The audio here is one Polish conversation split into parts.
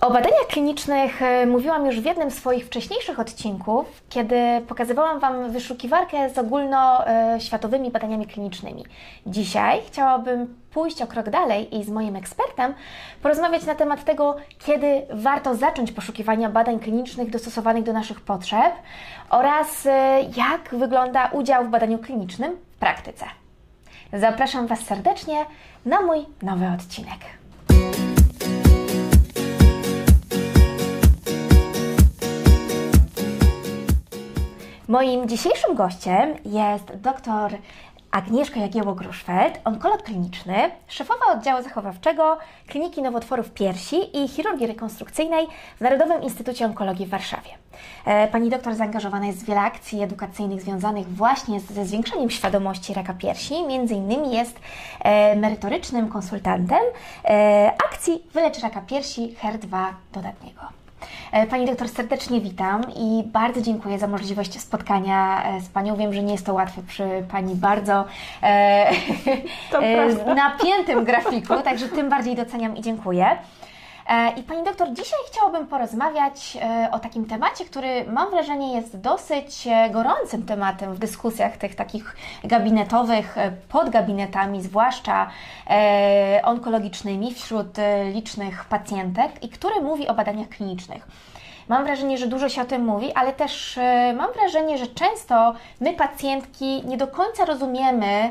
O badaniach klinicznych mówiłam już w jednym z swoich wcześniejszych odcinków, kiedy pokazywałam Wam wyszukiwarkę z ogólnoświatowymi badaniami klinicznymi. Dzisiaj chciałabym pójść o krok dalej i z moim ekspertem porozmawiać na temat tego, kiedy warto zacząć poszukiwania badań klinicznych dostosowanych do naszych potrzeb oraz jak wygląda udział w badaniu klinicznym w praktyce. Zapraszam Was serdecznie na mój nowy odcinek. Moim dzisiejszym gościem jest dr Agnieszka Jagiełło-Gruszfeld, onkolog kliniczny, szefowa oddziału zachowawczego Kliniki Nowotworów Piersi i Chirurgii Rekonstrukcyjnej w Narodowym Instytucie Onkologii w Warszawie. Pani doktor zaangażowana jest w wiele akcji edukacyjnych związanych właśnie ze zwiększaniem świadomości raka piersi. Między innymi jest merytorycznym konsultantem akcji Wylecz raka piersi HER2 dodatniego. Pani doktor, serdecznie witam i bardzo dziękuję za możliwość spotkania z Panią. Wiem, że nie jest to łatwe przy Pani bardzo napiętym grafiku, także tym bardziej doceniam i dziękuję. I Pani doktor, dzisiaj chciałabym porozmawiać o takim temacie, który mam wrażenie jest dosyć gorącym tematem w dyskusjach tych takich gabinetowych, pod gabinetami, zwłaszcza onkologicznymi wśród licznych pacjentek i który mówi o badaniach klinicznych. Mam wrażenie, że dużo się o tym mówi, ale też mam wrażenie, że często my pacjentki nie do końca rozumiemy,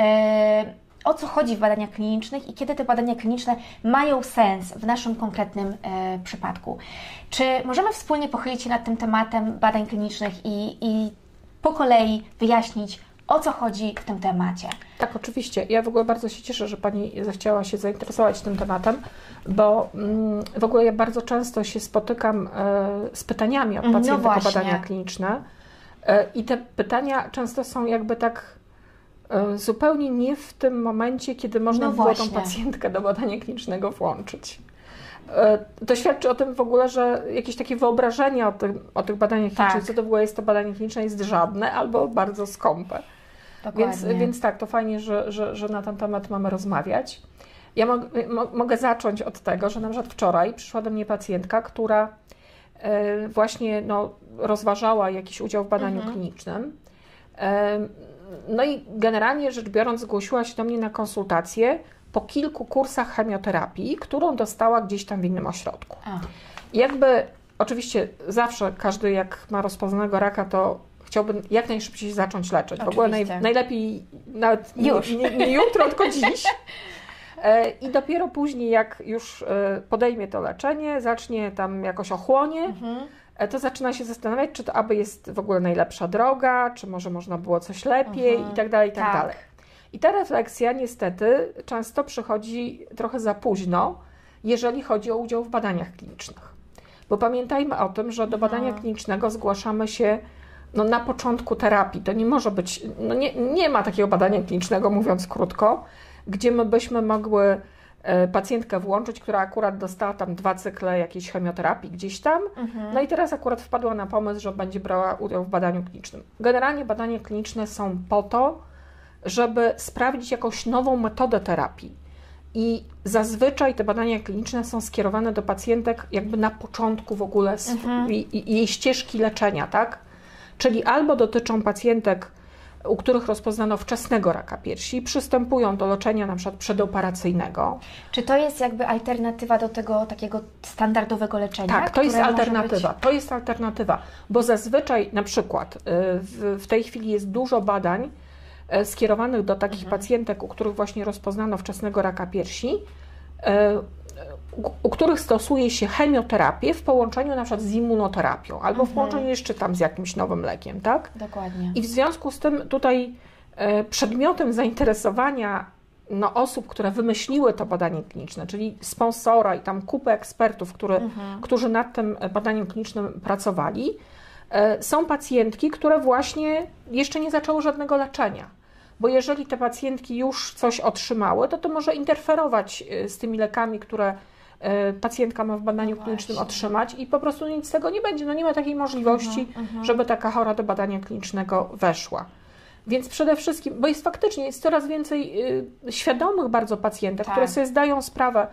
o co chodzi w badaniach klinicznych i kiedy te badania kliniczne mają sens w naszym konkretnym przypadku. Czy możemy wspólnie pochylić się nad tym tematem badań klinicznych i po kolei wyjaśnić, o co chodzi w tym temacie? Tak, oczywiście. Ja w ogóle bardzo się cieszę, że Pani zechciała się zainteresować tym tematem, bo w ogóle ja bardzo często się spotykam z pytaniami od pacjentek o badania kliniczne i te pytania często są jakby tak zupełnie nie w tym momencie, kiedy można było tą pacjentkę do badania klinicznego włączyć. To świadczy o tym w ogóle, że jakieś takie wyobrażenie o tych badaniach klinicznych, co to w ogóle jest to badanie kliniczne, jest żadne albo bardzo skąpe. Więc tak, to fajnie, że na ten temat mamy rozmawiać. Ja mogę zacząć od tego, że na przykład wczoraj przyszła do mnie pacjentka, która właśnie rozważała jakiś udział w badaniu klinicznym. No i generalnie rzecz biorąc zgłosiła się do mnie na konsultację po kilku kursach chemioterapii, którą dostała gdzieś tam w innym ośrodku. Jakby oczywiście zawsze każdy jak ma rozpoznanego raka, to chciałby jak najszybciej zacząć leczyć. W ogóle najlepiej nawet nie jutro, tylko dziś. I dopiero później jak już podejmie to leczenie, zacznie tam jakoś ochłonie, to zaczyna się zastanawiać, czy to aby jest w ogóle najlepsza droga, czy może można było coś lepiej i tak dalej, i tak dalej. I ta refleksja niestety często przychodzi trochę za późno, jeżeli chodzi o udział w badaniach klinicznych. Bo pamiętajmy o tym, że do badania klinicznego zgłaszamy się na początku terapii. To nie może być, nie ma takiego badania klinicznego, mówiąc krótko, gdzie my byśmy mogły pacjentkę włączyć, która akurat dostała tam 2 cykle jakiejś chemioterapii gdzieś tam, no i teraz akurat wpadła na pomysł, że będzie brała udział w badaniu klinicznym. Generalnie badania kliniczne są po to, żeby sprawdzić jakąś nową metodę terapii i zazwyczaj te badania kliniczne są skierowane do pacjentek jakby na początku w ogóle jej ścieżki leczenia, tak? Czyli albo dotyczą pacjentek, u których rozpoznano wczesnego raka piersi, przystępują do leczenia na przykład przedoperacyjnego. Czy to jest jakby alternatywa do tego takiego standardowego leczenia? Tak, to jest alternatywa. To jest alternatywa, bo zazwyczaj na przykład w tej chwili jest dużo badań skierowanych do takich pacjentek, u których właśnie rozpoznano wczesnego raka piersi, u których stosuje się chemioterapię w połączeniu na przykład z immunoterapią albo w połączeniu jeszcze tam z jakimś nowym lekiem, tak? Dokładnie. I w związku z tym tutaj przedmiotem zainteresowania osób, które wymyśliły to badanie kliniczne, czyli sponsora i tam kupę ekspertów, którzy nad tym badaniem klinicznym pracowali, są pacjentki, które właśnie jeszcze nie zaczęły żadnego leczenia. Bo jeżeli te pacjentki już coś otrzymały, to może interferować z tymi lekami, które pacjentka ma w badaniu klinicznym otrzymać i po prostu nic z tego nie będzie. Nie ma takiej możliwości, żeby taka chora do badania klinicznego weszła. Więc przede wszystkim, bo jest faktycznie coraz więcej świadomych bardzo pacjentek, które sobie zdają sprawę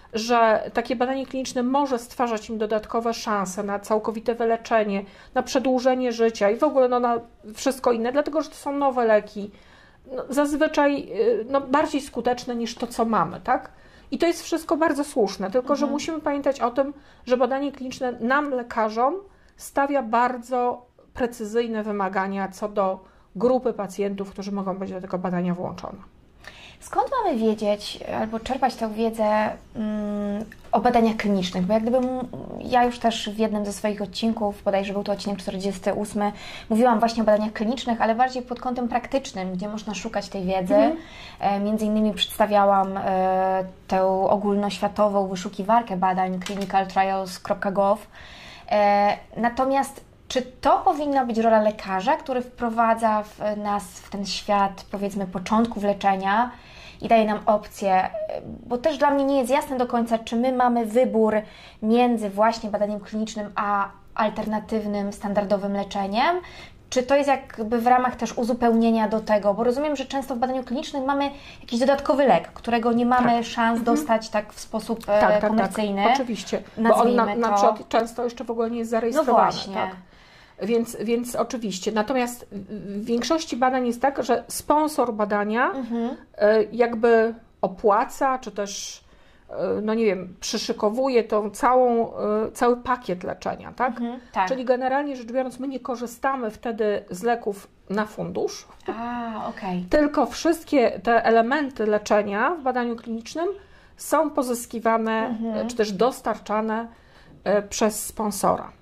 że takie badanie kliniczne może stwarzać im dodatkowe szanse na całkowite wyleczenie, na przedłużenie życia i w ogóle no, na wszystko inne, dlatego że to są nowe leki, no, zazwyczaj no, bardziej skuteczne niż to, co mamy, tak? I to jest wszystko bardzo słuszne, tylko że musimy pamiętać o tym, że badanie kliniczne nam, lekarzom, stawia bardzo precyzyjne wymagania co do grupy pacjentów, którzy mogą być do tego badania włączone. Skąd mamy wiedzieć albo czerpać tę wiedzę o badaniach klinicznych? Bo jak gdyby ja już też w jednym ze swoich odcinków, bodajże był to odcinek 48, mówiłam właśnie o badaniach klinicznych, ale bardziej pod kątem praktycznym, gdzie można szukać tej wiedzy. Między innymi przedstawiałam tę ogólnoświatową wyszukiwarkę badań clinicaltrials.gov. Natomiast czy to powinna być rola lekarza, który wprowadza nas w ten świat, powiedzmy, początków leczenia i daje nam opcje? Bo też dla mnie nie jest jasne do końca, czy my mamy wybór między właśnie badaniem klinicznym a alternatywnym, standardowym leczeniem, czy to jest jakby w ramach też uzupełnienia do tego, bo rozumiem, że często w badaniu klinicznym mamy jakiś dodatkowy lek, którego nie mamy szans dostać tak w sposób komercyjny. Tak, oczywiście, bo on na przykład często jeszcze w ogóle nie jest zarejestrowany. No właśnie. Tak? Więc oczywiście. Natomiast w większości badań jest tak, że sponsor badania jakby opłaca, czy też no nie wiem, przyszykowuje tą cały pakiet leczenia, tak? Tak. Czyli generalnie rzecz biorąc, my nie korzystamy wtedy z leków na fundusz, tylko wszystkie te elementy leczenia w badaniu klinicznym są pozyskiwane, czy też dostarczane przez sponsora.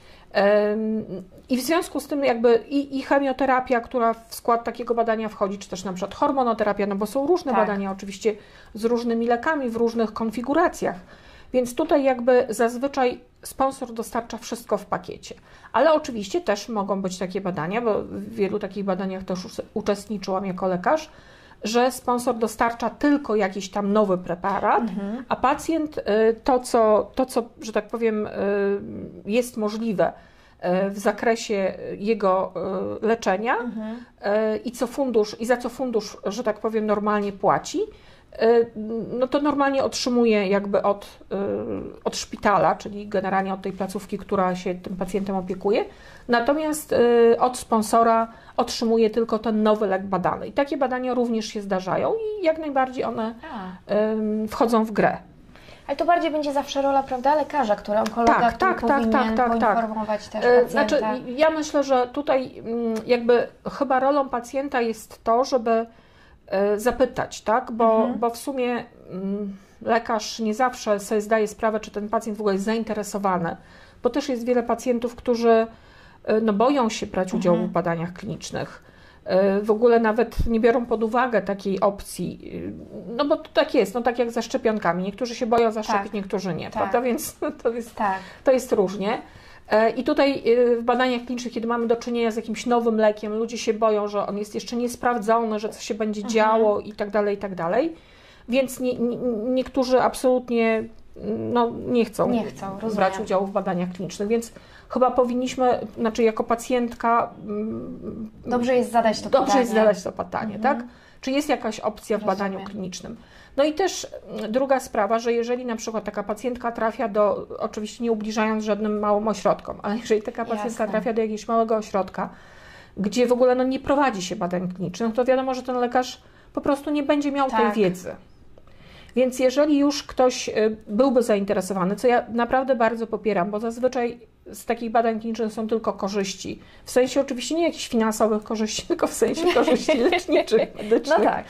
I w związku z tym jakby i chemioterapia, która w skład takiego badania wchodzi, czy też na przykład hormonoterapia, no bo są różne badania oczywiście z różnymi lekami w różnych konfiguracjach, więc tutaj jakby zazwyczaj sponsor dostarcza wszystko w pakiecie. Ale oczywiście też mogą być takie badania, bo w wielu takich badaniach też uczestniczyłam jako lekarz, że sponsor dostarcza tylko jakiś tam nowy preparat, a pacjent to, co, że tak powiem, jest możliwe w zakresie jego leczenia i za co fundusz, że tak powiem, normalnie płaci, no to normalnie otrzymuje jakby od szpitala, czyli generalnie od tej placówki, która się tym pacjentem opiekuje, natomiast od sponsora otrzymuje tylko ten nowy lek badany. I takie badania również się zdarzają i jak najbardziej one wchodzą w grę. Ale to bardziej będzie zawsze rola, prawda, lekarza, który onkologa, który powinien poinformować też pacjenta. Znaczy, ja myślę, że tutaj jakby chyba rolą pacjenta jest to, żeby zapytać, tak? Bo w sumie lekarz nie zawsze sobie zdaje sprawę, czy ten pacjent w ogóle jest zainteresowany, bo też jest wiele pacjentów, którzy no, boją się brać udziału w badaniach klinicznych. W ogóle nawet nie biorą pod uwagę takiej opcji, no bo to tak jest, no tak jak ze szczepionkami. Niektórzy się boją zaszczepić, niektórzy nie, prawda? Więc to jest różnie. I tutaj w badaniach klinicznych, kiedy mamy do czynienia z jakimś nowym lekiem, ludzie się boją, że on jest jeszcze niesprawdzony, że coś się będzie działo i tak dalej, więc niektórzy absolutnie no, nie chcą brać udziału w badaniach klinicznych, więc chyba powinniśmy, znaczy jako pacjentka dobrze jest zadać to pytanie, tak? Czy jest jakaś opcja w badaniu klinicznym? No i też druga sprawa, że jeżeli na przykład taka pacjentka trafia do, oczywiście nie ubliżając żadnym małym ośrodkom, ale jeżeli taka pacjentka trafia do jakiegoś małego ośrodka, gdzie w ogóle no, nie prowadzi się badań klinicznych, to wiadomo, że ten lekarz po prostu nie będzie miał tej wiedzy. Więc jeżeli już ktoś byłby zainteresowany, co ja naprawdę bardzo popieram, bo zazwyczaj z takich badań klinicznych są tylko korzyści. W sensie oczywiście nie jakichś finansowych korzyści, tylko w sensie korzyści leczniczych, medycznych. No tak.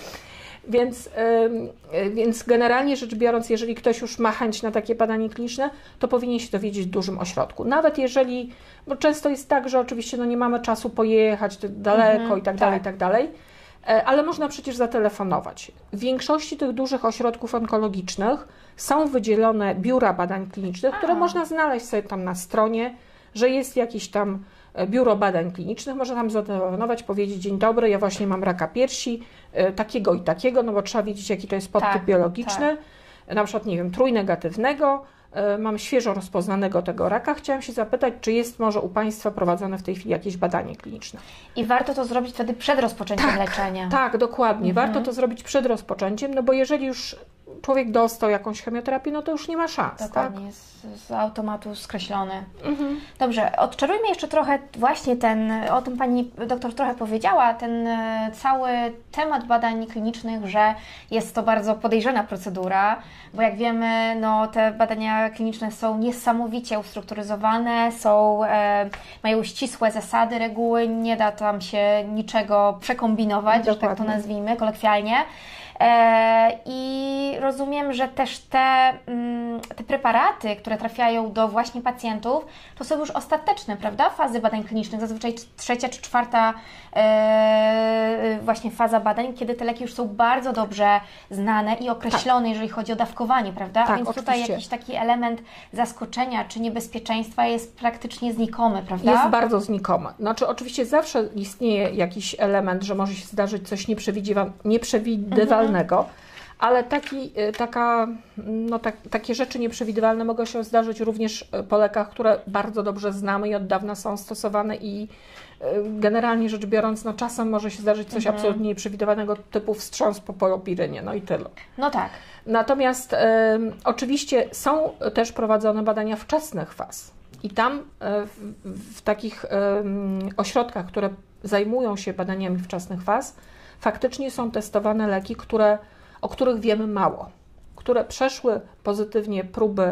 Więc generalnie rzecz biorąc, jeżeli ktoś już ma chęć na takie badanie kliniczne, to powinien się dowiedzieć w dużym ośrodku. Nawet jeżeli, bo często jest tak, że oczywiście no nie mamy czasu pojechać daleko i tak dalej, ale można przecież zatelefonować. W większości tych dużych ośrodków onkologicznych są wydzielone biura badań klinicznych, które można znaleźć sobie tam na stronie, że jest jakieś tam biuro badań klinicznych, można tam zatelefonować, powiedzieć: dzień dobry, ja właśnie mam raka piersi, takiego i takiego, no bo trzeba wiedzieć, jaki to jest podtyp biologiczny, na przykład, nie wiem, trójnegatywnego, mam świeżo rozpoznanego tego raka. Chciałam się zapytać, czy jest może u Państwa prowadzone w tej chwili jakieś badanie kliniczne. I warto to zrobić wtedy przed rozpoczęciem leczenia. Tak, dokładnie. Warto to zrobić przed rozpoczęciem, no bo jeżeli już człowiek dostał jakąś chemioterapię, no to już nie ma szans. Dokładnie, jest z automatu skreślony. Dobrze, odczarujmy jeszcze trochę właśnie o tym Pani doktor trochę powiedziała, ten cały temat badań klinicznych, że jest to bardzo podejrzana procedura, bo jak wiemy, no te badania kliniczne są niesamowicie ustrukturyzowane, mają ścisłe zasady, reguły, nie da tam się niczego przekombinować, że tak to nazwijmy kolokwialnie. I rozumiem, że też te preparaty, które trafiają do właśnie pacjentów, to są już ostateczne, prawda? Fazy badań klinicznych, zazwyczaj 3. czy 4. właśnie faza badań, kiedy te leki już są bardzo dobrze znane i określone, jeżeli chodzi o dawkowanie, prawda? Tak, więc oczywiście. tutaj jakiś taki element zaskoczenia czy niebezpieczeństwa jest praktycznie znikomy, prawda? Jest bardzo znikomy. Znaczy oczywiście zawsze istnieje jakiś element, że może się zdarzyć coś nieprzewidywalnego, ale takie rzeczy nieprzewidywalne mogą się zdarzyć również po lekach, które bardzo dobrze znamy i od dawna są stosowane i generalnie rzecz biorąc, no czasem może się zdarzyć coś absolutnie nieprzewidywalnego typu wstrząs po polopirynie, no i tyle. No tak. Natomiast oczywiście są też prowadzone badania wczesnych faz i tam w takich ośrodkach, które zajmują się badaniami wczesnych faz, faktycznie są testowane leki, o których wiemy mało, które przeszły pozytywnie próby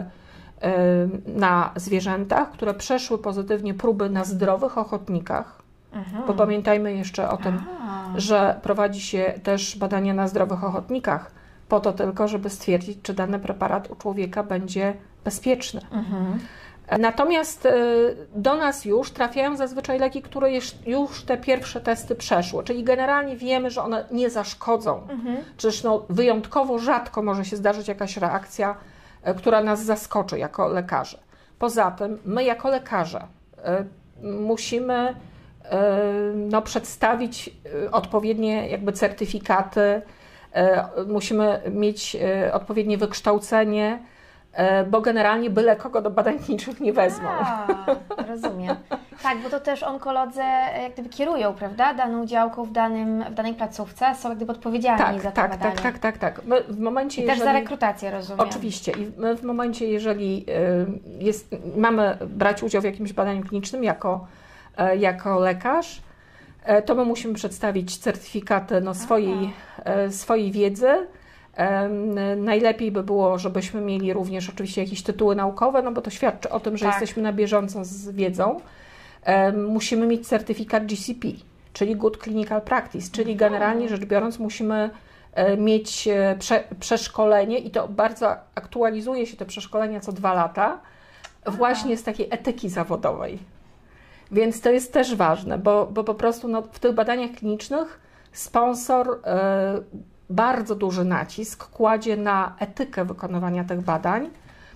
na zwierzętach, które przeszły pozytywnie próby na zdrowych ochotnikach, bo pamiętajmy jeszcze o tym, że prowadzi się też badania na zdrowych ochotnikach po to tylko, żeby stwierdzić, czy dany preparat u człowieka będzie bezpieczny. Natomiast do nas już trafiają zazwyczaj leki, które już te pierwsze testy przeszły, czyli generalnie wiemy, że one nie zaszkodzą. Przecież wyjątkowo rzadko może się zdarzyć jakaś reakcja, która nas zaskoczy jako lekarze. Poza tym my jako lekarze musimy przedstawić odpowiednie jakby certyfikaty, musimy mieć odpowiednie wykształcenie, bo generalnie byle kogo do badań klinicznych nie wezmą. Rozumiem. Tak, bo to też onkolodzy jak gdyby kierują, prawda, daną działką w danej placówce, są jak gdyby odpowiedzialni za te badania. Tak. My w momencie, I też za rekrutację, rozumiem. Oczywiście. I my w momencie, jeżeli mamy brać udział w jakimś badaniu klinicznym jako lekarz, to my musimy przedstawić certyfikaty swojej wiedzy. Najlepiej by było, żebyśmy mieli również oczywiście jakieś tytuły naukowe, no bo to świadczy o tym, że jesteśmy na bieżąco z wiedzą. Musimy mieć certyfikat GCP, czyli Good Clinical Practice, czyli generalnie rzecz biorąc musimy mieć przeszkolenie i to bardzo aktualizuje się te przeszkolenia co 2 lata właśnie z takiej etyki zawodowej. Więc to jest też ważne, bo po prostu w tych badaniach klinicznych sponsor bardzo duży nacisk kładzie na etykę wykonywania tych badań,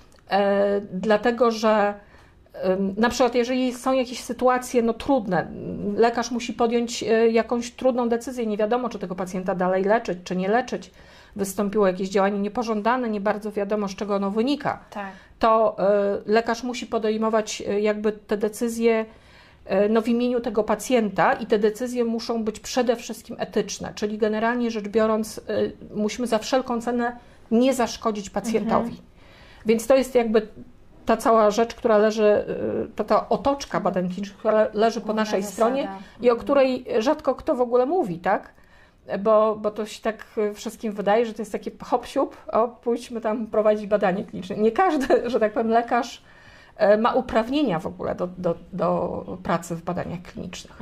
dlatego że na przykład jeżeli są jakieś sytuacje trudne, lekarz musi podjąć jakąś trudną decyzję, nie wiadomo, czy tego pacjenta dalej leczyć, czy nie leczyć, wystąpiło jakieś działanie niepożądane, nie bardzo wiadomo, z czego ono wynika, to lekarz musi podejmować jakby te decyzje w imieniu tego pacjenta i te decyzje muszą być przede wszystkim etyczne, czyli generalnie rzecz biorąc musimy za wszelką cenę nie zaszkodzić pacjentowi. Więc to jest jakby ta cała rzecz, która leży, ta otoczka badań klinicznych, która leży po naszej stronie i o której rzadko kto w ogóle mówi, tak? Bo to się tak wszystkim wydaje, że to jest takie hop-siup, pójdźmy tam prowadzić badanie kliniczne. Nie każdy, że tak powiem, lekarz ma uprawnienia w ogóle do pracy w badaniach klinicznych.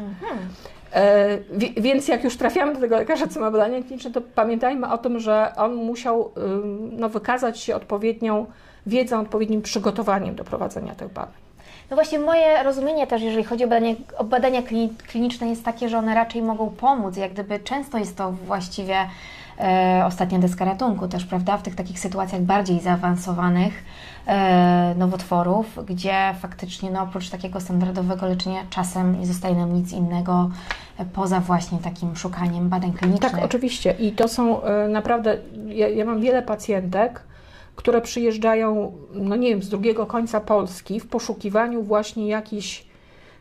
Więc jak już trafiamy do tego lekarza, co ma badania kliniczne, to pamiętajmy o tym, że on musiał wykazać się odpowiednią wiedzą, odpowiednim przygotowaniem do prowadzenia tych badań. No właśnie moje rozumienie też, jeżeli chodzi o badania kliniczne, jest takie, że one raczej mogą pomóc. Jak gdyby często jest to właściwie ostatnia deska ratunku też, prawda? W tych takich sytuacjach bardziej zaawansowanych nowotworów, gdzie faktycznie oprócz takiego standardowego leczenia czasem nie zostaje nam nic innego poza właśnie takim szukaniem badań klinicznych. Tak, oczywiście. I to są naprawdę, ja mam wiele pacjentek, które przyjeżdżają, z drugiego końca Polski w poszukiwaniu właśnie jakichś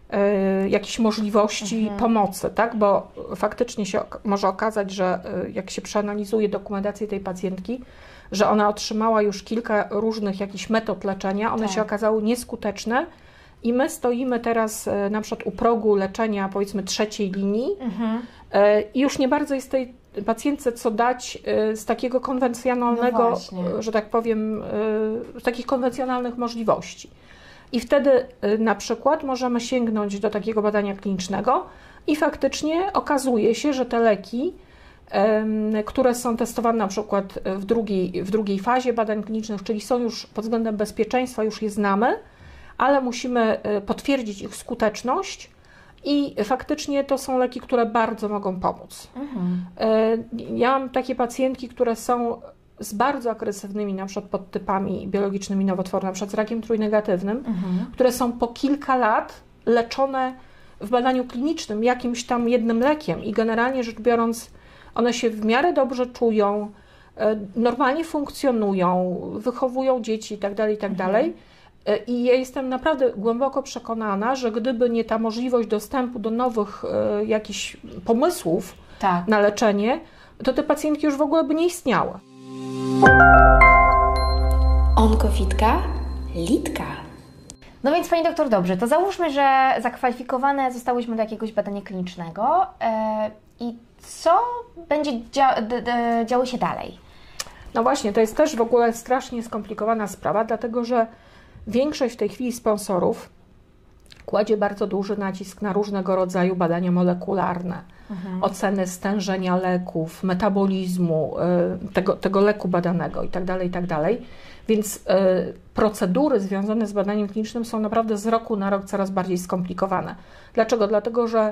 jakichś możliwości pomocy, tak? Bo faktycznie się może okazać, że jak się przeanalizuje dokumentację tej pacjentki, że ona otrzymała już kilka różnych jakichś metod leczenia, one się okazały nieskuteczne i my stoimy teraz na przykład u progu leczenia, powiedzmy, trzeciej linii i już nie bardzo jest tej pacjentce co dać z takiego konwencjonalnego, że tak powiem, z takich konwencjonalnych możliwości. I wtedy na przykład możemy sięgnąć do takiego badania klinicznego i faktycznie okazuje się, że te leki, które są testowane na przykład w drugiej fazie badań klinicznych, czyli są już pod względem bezpieczeństwa, już je znamy, ale musimy potwierdzić ich skuteczność i faktycznie to są leki, które bardzo mogą pomóc. Ja mam takie pacjentki, które są z bardzo agresywnymi na przykład podtypami biologicznymi nowotworu, na przykład z rakiem trójnegatywnym, które są po kilka lat leczone w badaniu klinicznym jakimś tam jednym lekiem i generalnie rzecz biorąc one się w miarę dobrze czują, normalnie funkcjonują, wychowują dzieci itd., itd. I ja jestem naprawdę głęboko przekonana, że gdyby nie ta możliwość dostępu do nowych jakichś pomysłów na leczenie, to te pacjentki już w ogóle by nie istniały. Onkowitka, Litka. No więc Pani doktor, dobrze, to załóżmy, że zakwalifikowane zostałyśmy do jakiegoś badania klinicznego i co będzie działo się dalej? No właśnie, to jest też w ogóle strasznie skomplikowana sprawa, dlatego że większość w tej chwili sponsorów kładzie bardzo duży nacisk na różnego rodzaju badania molekularne, oceny stężenia leków, metabolizmu tego leku badanego itd., itd. Więc procedury związane z badaniem klinicznym są naprawdę z roku na rok coraz bardziej skomplikowane. Dlaczego? Dlatego, że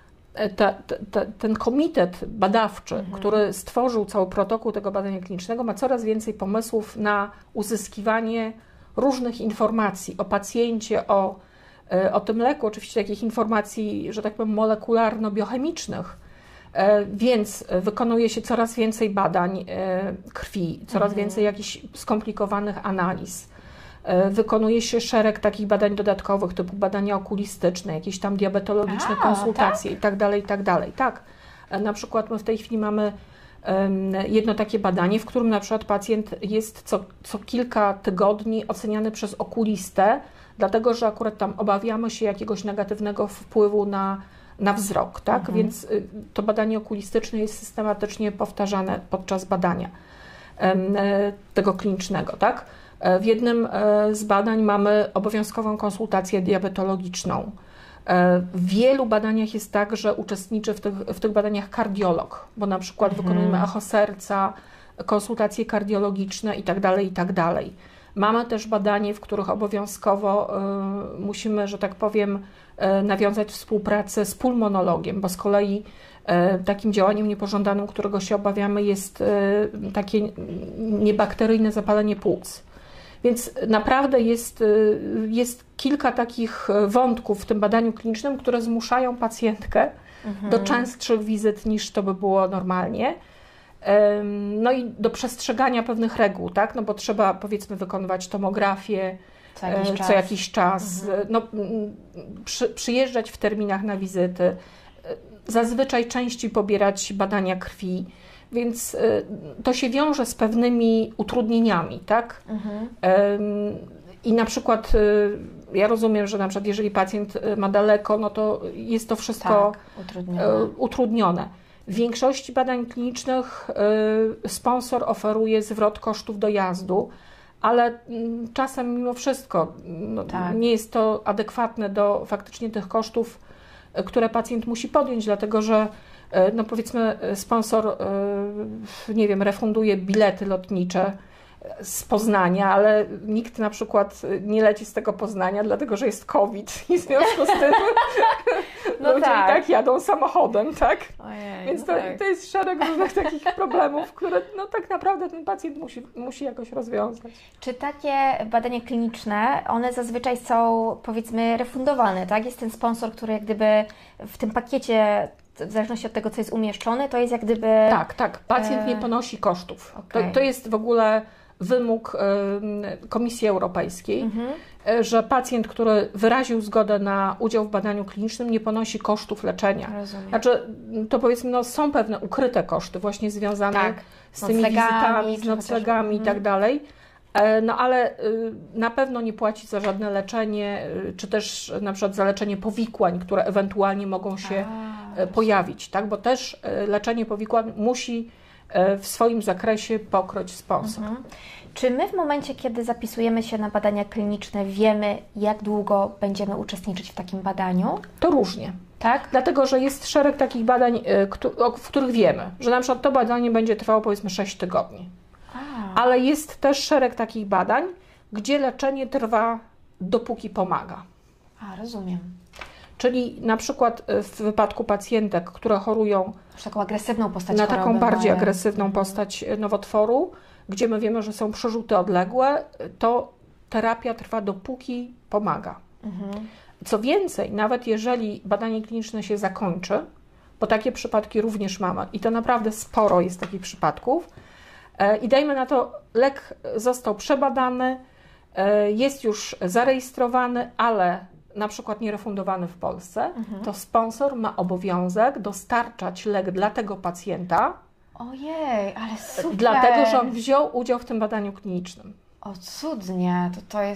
ten komitet badawczy, który stworzył cały protokół tego badania klinicznego, ma coraz więcej pomysłów na uzyskiwanie różnych informacji o pacjencie, o tym leku, oczywiście takich informacji, że tak powiem, molekularno-biochemicznych, więc wykonuje się coraz więcej badań krwi, coraz więcej jakichś skomplikowanych analiz. Wykonuje się szereg takich badań dodatkowych, typu badania okulistyczne, jakieś tam diabetologiczne konsultacje itd., itd. Tak, na przykład my w tej chwili mamy jedno takie badanie, w którym na przykład pacjent jest co kilka tygodni oceniany przez okulistę, dlatego że akurat tam obawiamy się jakiegoś negatywnego wpływu na wzrok, tak? Więc to badanie okulistyczne jest systematycznie powtarzane podczas badania tego klinicznego, tak? W jednym z badań mamy obowiązkową konsultację diabetologiczną. W wielu badaniach jest tak, że uczestniczy w tych badaniach kardiolog, bo na przykład wykonujemy echo serca, konsultacje kardiologiczne itd., itd. Mamy też badanie, w których obowiązkowo musimy, że tak powiem, nawiązać współpracę z pulmonologiem, bo z kolei takim działaniem niepożądanym, którego się obawiamy, jest takie niebakteryjne zapalenie płuc. Więc naprawdę jest kilka takich wątków w tym badaniu klinicznym, które zmuszają pacjentkę do częstszych wizyt niż to by było normalnie. No i do przestrzegania pewnych reguł, tak? No bo trzeba, powiedzmy, wykonywać tomografię co jakiś czas, no, przyjeżdżać w terminach na wizyty, zazwyczaj częściej pobierać badania krwi, więc to się wiąże z pewnymi utrudnieniami, tak? I na przykład ja rozumiem, że na przykład jeżeli pacjent ma daleko, no to jest to wszystko utrudnione. W większości badań klinicznych sponsor oferuje zwrot kosztów dojazdu, ale czasem mimo wszystko nie jest to adekwatne do faktycznie tych kosztów, które pacjent musi podjąć, dlatego że no powiedzmy sponsor, nie wiem, refunduje bilety lotnicze z Poznania, ale nikt na przykład nie leci z tego Poznania, dlatego że jest COVID i w związku z tym ludzie i tak jadą samochodem, tak? Ojej, więc to jest szereg różnych takich problemów, które no tak naprawdę ten pacjent musi jakoś rozwiązać. Czy takie badania kliniczne, one zazwyczaj są, powiedzmy, refundowane, tak? Jest ten sponsor, który jak gdyby w tym pakiecie, w zależności od tego, co jest umieszczone, to jest jak gdyby... Tak. Pacjent nie ponosi kosztów. Okay. To jest w ogóle wymóg Komisji Europejskiej że pacjent, który wyraził zgodę na udział w badaniu klinicznym, nie ponosi kosztów leczenia. Rozumiem. Znaczy, to powiedzmy, no, są pewne ukryte koszty właśnie związane z tymi wizytami, z noclegami i tak dalej. No ale na pewno nie płaci za żadne leczenie, czy też na przykład za leczenie powikłań, które ewentualnie mogą się pojawić, tak? Bo też leczenie powikłań musi w swoim zakresie pokryć sponsor. Czy my w momencie, kiedy zapisujemy się na badania kliniczne, wiemy, jak długo będziemy uczestniczyć w takim badaniu? To różnie. Tak? Dlatego, że jest szereg takich badań, w których wiemy, że na przykład to badanie będzie trwało powiedzmy 6 tygodni. Ale jest też szereg takich badań, gdzie leczenie trwa dopóki pomaga. Rozumiem. Czyli na przykład w wypadku pacjentek, które chorują taką agresywną postać na taką bardziej agresywną postać nowotworu, gdzie my wiemy, że są przerzuty odległe, to terapia trwa dopóki pomaga. Co więcej, nawet jeżeli badanie kliniczne się zakończy, bo takie przypadki również mamy i to naprawdę sporo jest takich przypadków, i dajmy na to, lek został przebadany, jest już zarejestrowany, ale na przykład nierefundowany w Polsce, to sponsor ma obowiązek dostarczać lek dla tego pacjenta. Ojej, ale super! Dlatego, że on wziął udział w tym badaniu klinicznym. O, cudnie,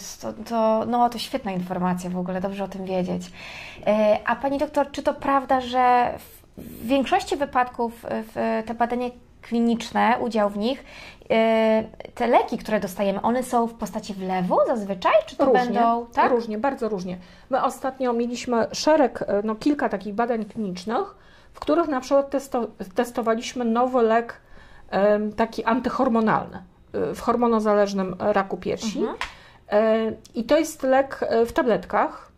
to świetna informacja w ogóle, dobrze o tym wiedzieć. A Pani doktor, czy to prawda, że w większości wypadków te badania kliniczne, udział w nich, te leki, które dostajemy, one są w postaci wlewu zazwyczaj? Czy to różnie, będą... Tak? Różnie, bardzo różnie. My ostatnio mieliśmy kilka takich badań klinicznych, w których na przykład testowaliśmy nowy lek taki antyhormonalny w hormonozależnym raku piersi. I to jest lek w tabletkach.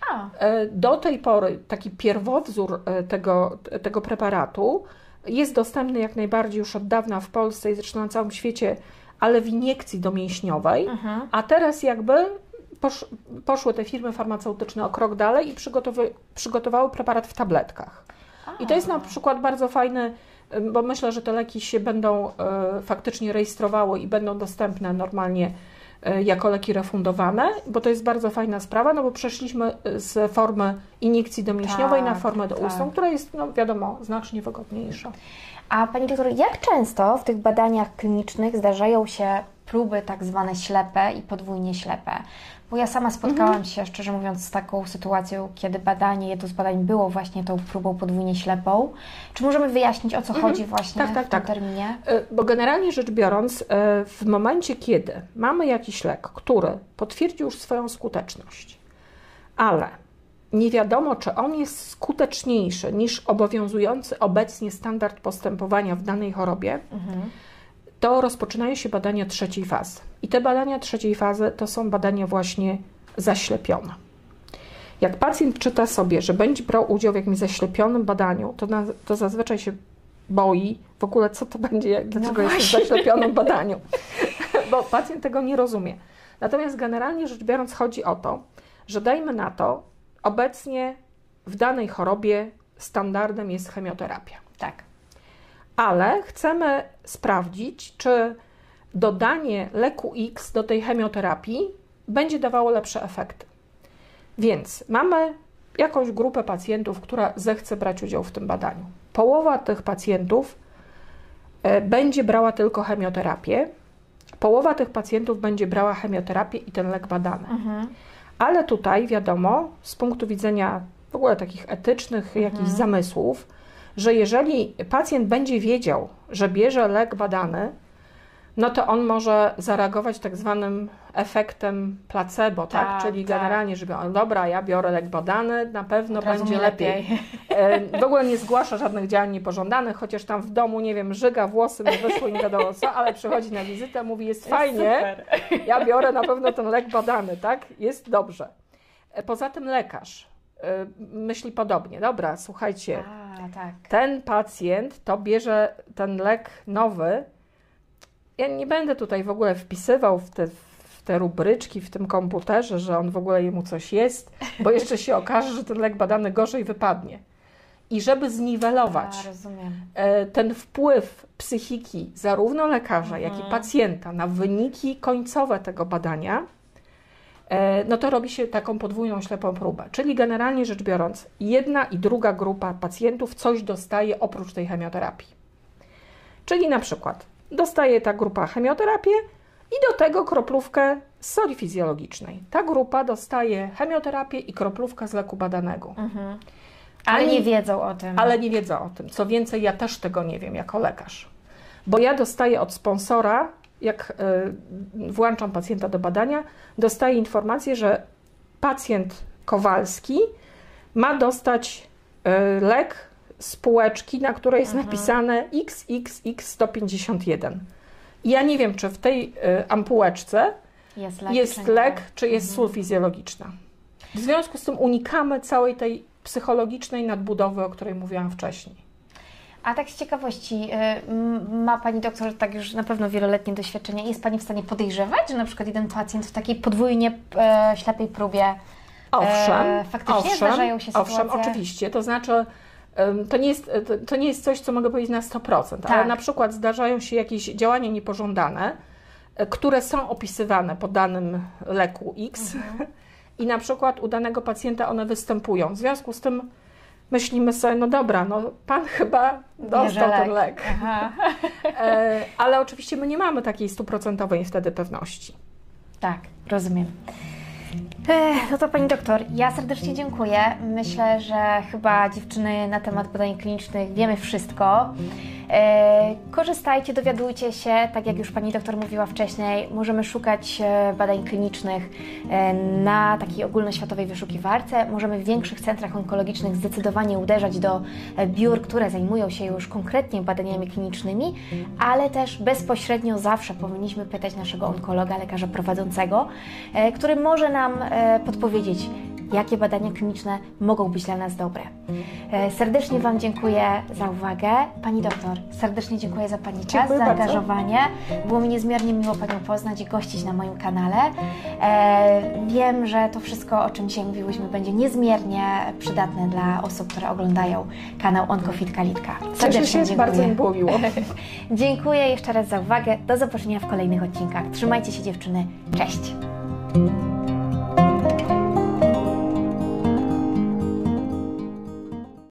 Do tej pory taki pierwowzór tego preparatu jest dostępny jak najbardziej już od dawna w Polsce i zresztą na całym świecie, ale w iniekcji domięśniowej, a teraz jakby poszły te firmy farmaceutyczne o krok dalej i przygotowały preparat w tabletkach. I to jest na przykład bardzo fajny, bo myślę, że te leki się będą faktycznie rejestrowały i będą dostępne normalnie jako leki refundowane, bo to jest bardzo fajna sprawa, no bo przeszliśmy z formy iniekcji domięśniowej na formę doustną, która jest, no wiadomo, znacznie wygodniejsza. A Pani doktor, jak często w tych badaniach klinicznych zdarzają się próby tak zwane ślepe i podwójnie ślepe? Bo ja sama spotkałam się, szczerze mówiąc, z taką sytuacją, kiedy jedno z badań było właśnie tą próbą podwójnie ślepą. Czy możemy wyjaśnić, o co chodzi właśnie w tym terminie? Bo generalnie rzecz biorąc, w momencie, kiedy mamy jakiś lek, który potwierdził już swoją skuteczność, ale nie wiadomo, czy on jest skuteczniejszy niż obowiązujący obecnie standard postępowania w danej chorobie, to rozpoczynają się badania trzeciej fazy. I te badania trzeciej fazy to są badania właśnie zaślepione. Jak pacjent czyta sobie, że będzie brał udział w jakimś zaślepionym badaniu, to zazwyczaj się boi w ogóle, co to będzie, dlaczego jest w zaślepionym badaniu. Bo pacjent tego nie rozumie. Natomiast generalnie rzecz biorąc chodzi o to, że dajmy na to, obecnie w danej chorobie standardem jest chemioterapia. Tak. Ale chcemy sprawdzić, czy dodanie leku X do tej chemioterapii będzie dawało lepsze efekty. Więc mamy jakąś grupę pacjentów, która zechce brać udział w tym badaniu. Połowa tych pacjentów będzie brała tylko chemioterapię, połowa tych pacjentów będzie brała chemioterapię i ten lek badany. Ale tutaj wiadomo, z punktu widzenia w ogóle takich etycznych jakichś zamysłów, że jeżeli pacjent będzie wiedział, że bierze lek badany, no to on może zareagować tak zwanym efektem placebo, tak? Czyli generalnie, że dobra, ja biorę lek badany, na pewno będzie lepiej. W ogóle nie zgłasza żadnych działań niepożądanych, chociaż tam w domu, nie wiem, żyga, włosy mu wyszły i nie wiadomo co, ale przychodzi na wizytę, mówi, jest fajnie, ja biorę na pewno ten lek badany, tak? Jest dobrze. Poza tym lekarz myśli podobnie, dobra, słuchajcie, ten pacjent to bierze ten lek nowy. Ja nie będę tutaj w ogóle wpisywał w te rubryczki w tym komputerze, że on w ogóle jemu coś jest, bo jeszcze się okaże, że ten lek badany gorzej wypadnie. I żeby zniwelować ten wpływ psychiki zarówno lekarza, jak i pacjenta na wyniki końcowe tego badania, no to robi się taką podwójną ślepą próbę. Czyli generalnie rzecz biorąc, jedna i druga grupa pacjentów coś dostaje oprócz tej chemioterapii. Czyli na przykład dostaje ta grupa chemioterapię i do tego kroplówkę z soli fizjologicznej. Ta grupa dostaje chemioterapię i kroplówkę z leku badanego. Ale nie wiedzą o tym. Ale nie wiedzą o tym. Co więcej, ja też tego nie wiem jako lekarz. Bo ja dostaję od sponsora, jak włączam pacjenta do badania, dostaję informację, że pacjent Kowalski ma dostać lek z półeczki, na której jest napisane XXX151. I ja nie wiem, czy w tej ampułeczce jest lek, czy jest sól fizjologiczna. W związku z tym unikamy całej tej psychologicznej nadbudowy, o której mówiłam wcześniej. A tak z ciekawości, ma Pani doktor tak już na pewno wieloletnie doświadczenie. Jest Pani w stanie podejrzewać, że na przykład jeden pacjent w takiej podwójnie ślepej próbie faktycznie zdarzają się sytuacje? Owszem, oczywiście. To znaczy, to nie jest coś, co mogę powiedzieć na 100%, ale na przykład zdarzają się jakieś działania niepożądane, które są opisywane po danym leku X i na przykład u danego pacjenta one występują. W związku z tym myślimy sobie, no dobra, no Pan chyba dostał ten lek. Ale oczywiście my nie mamy takiej 100% wtedy pewności. Tak, rozumiem. No to Pani doktor, ja serdecznie dziękuję. Myślę, że chyba dziewczyny na temat badań klinicznych wiemy wszystko. Korzystajcie, dowiadujcie się, tak jak już Pani doktor mówiła wcześniej, możemy szukać badań klinicznych na takiej ogólnoświatowej wyszukiwarce. Możemy w większych centrach onkologicznych zdecydowanie uderzać do biur, które zajmują się już konkretnie badaniami klinicznymi, ale też bezpośrednio zawsze powinniśmy pytać naszego onkologa, lekarza prowadzącego, który może nam podpowiedzieć, jakie badania kliniczne mogą być dla nas dobre. Serdecznie Wam dziękuję za uwagę. Pani doktor, serdecznie dziękuję za Pani czas, zaangażowanie. Było mi niezmiernie miło Panią poznać i gościć na moim kanale. Wiem, że to wszystko, o czym dzisiaj mówiłyśmy, będzie niezmiernie przydatne dla osób, które oglądają kanał OncoFit Kalitka. Serdecznie dziękuję. Bardzo mi było miło. Dziękuję jeszcze raz za uwagę. Do zobaczenia w kolejnych odcinkach. Trzymajcie się, dziewczyny. Cześć!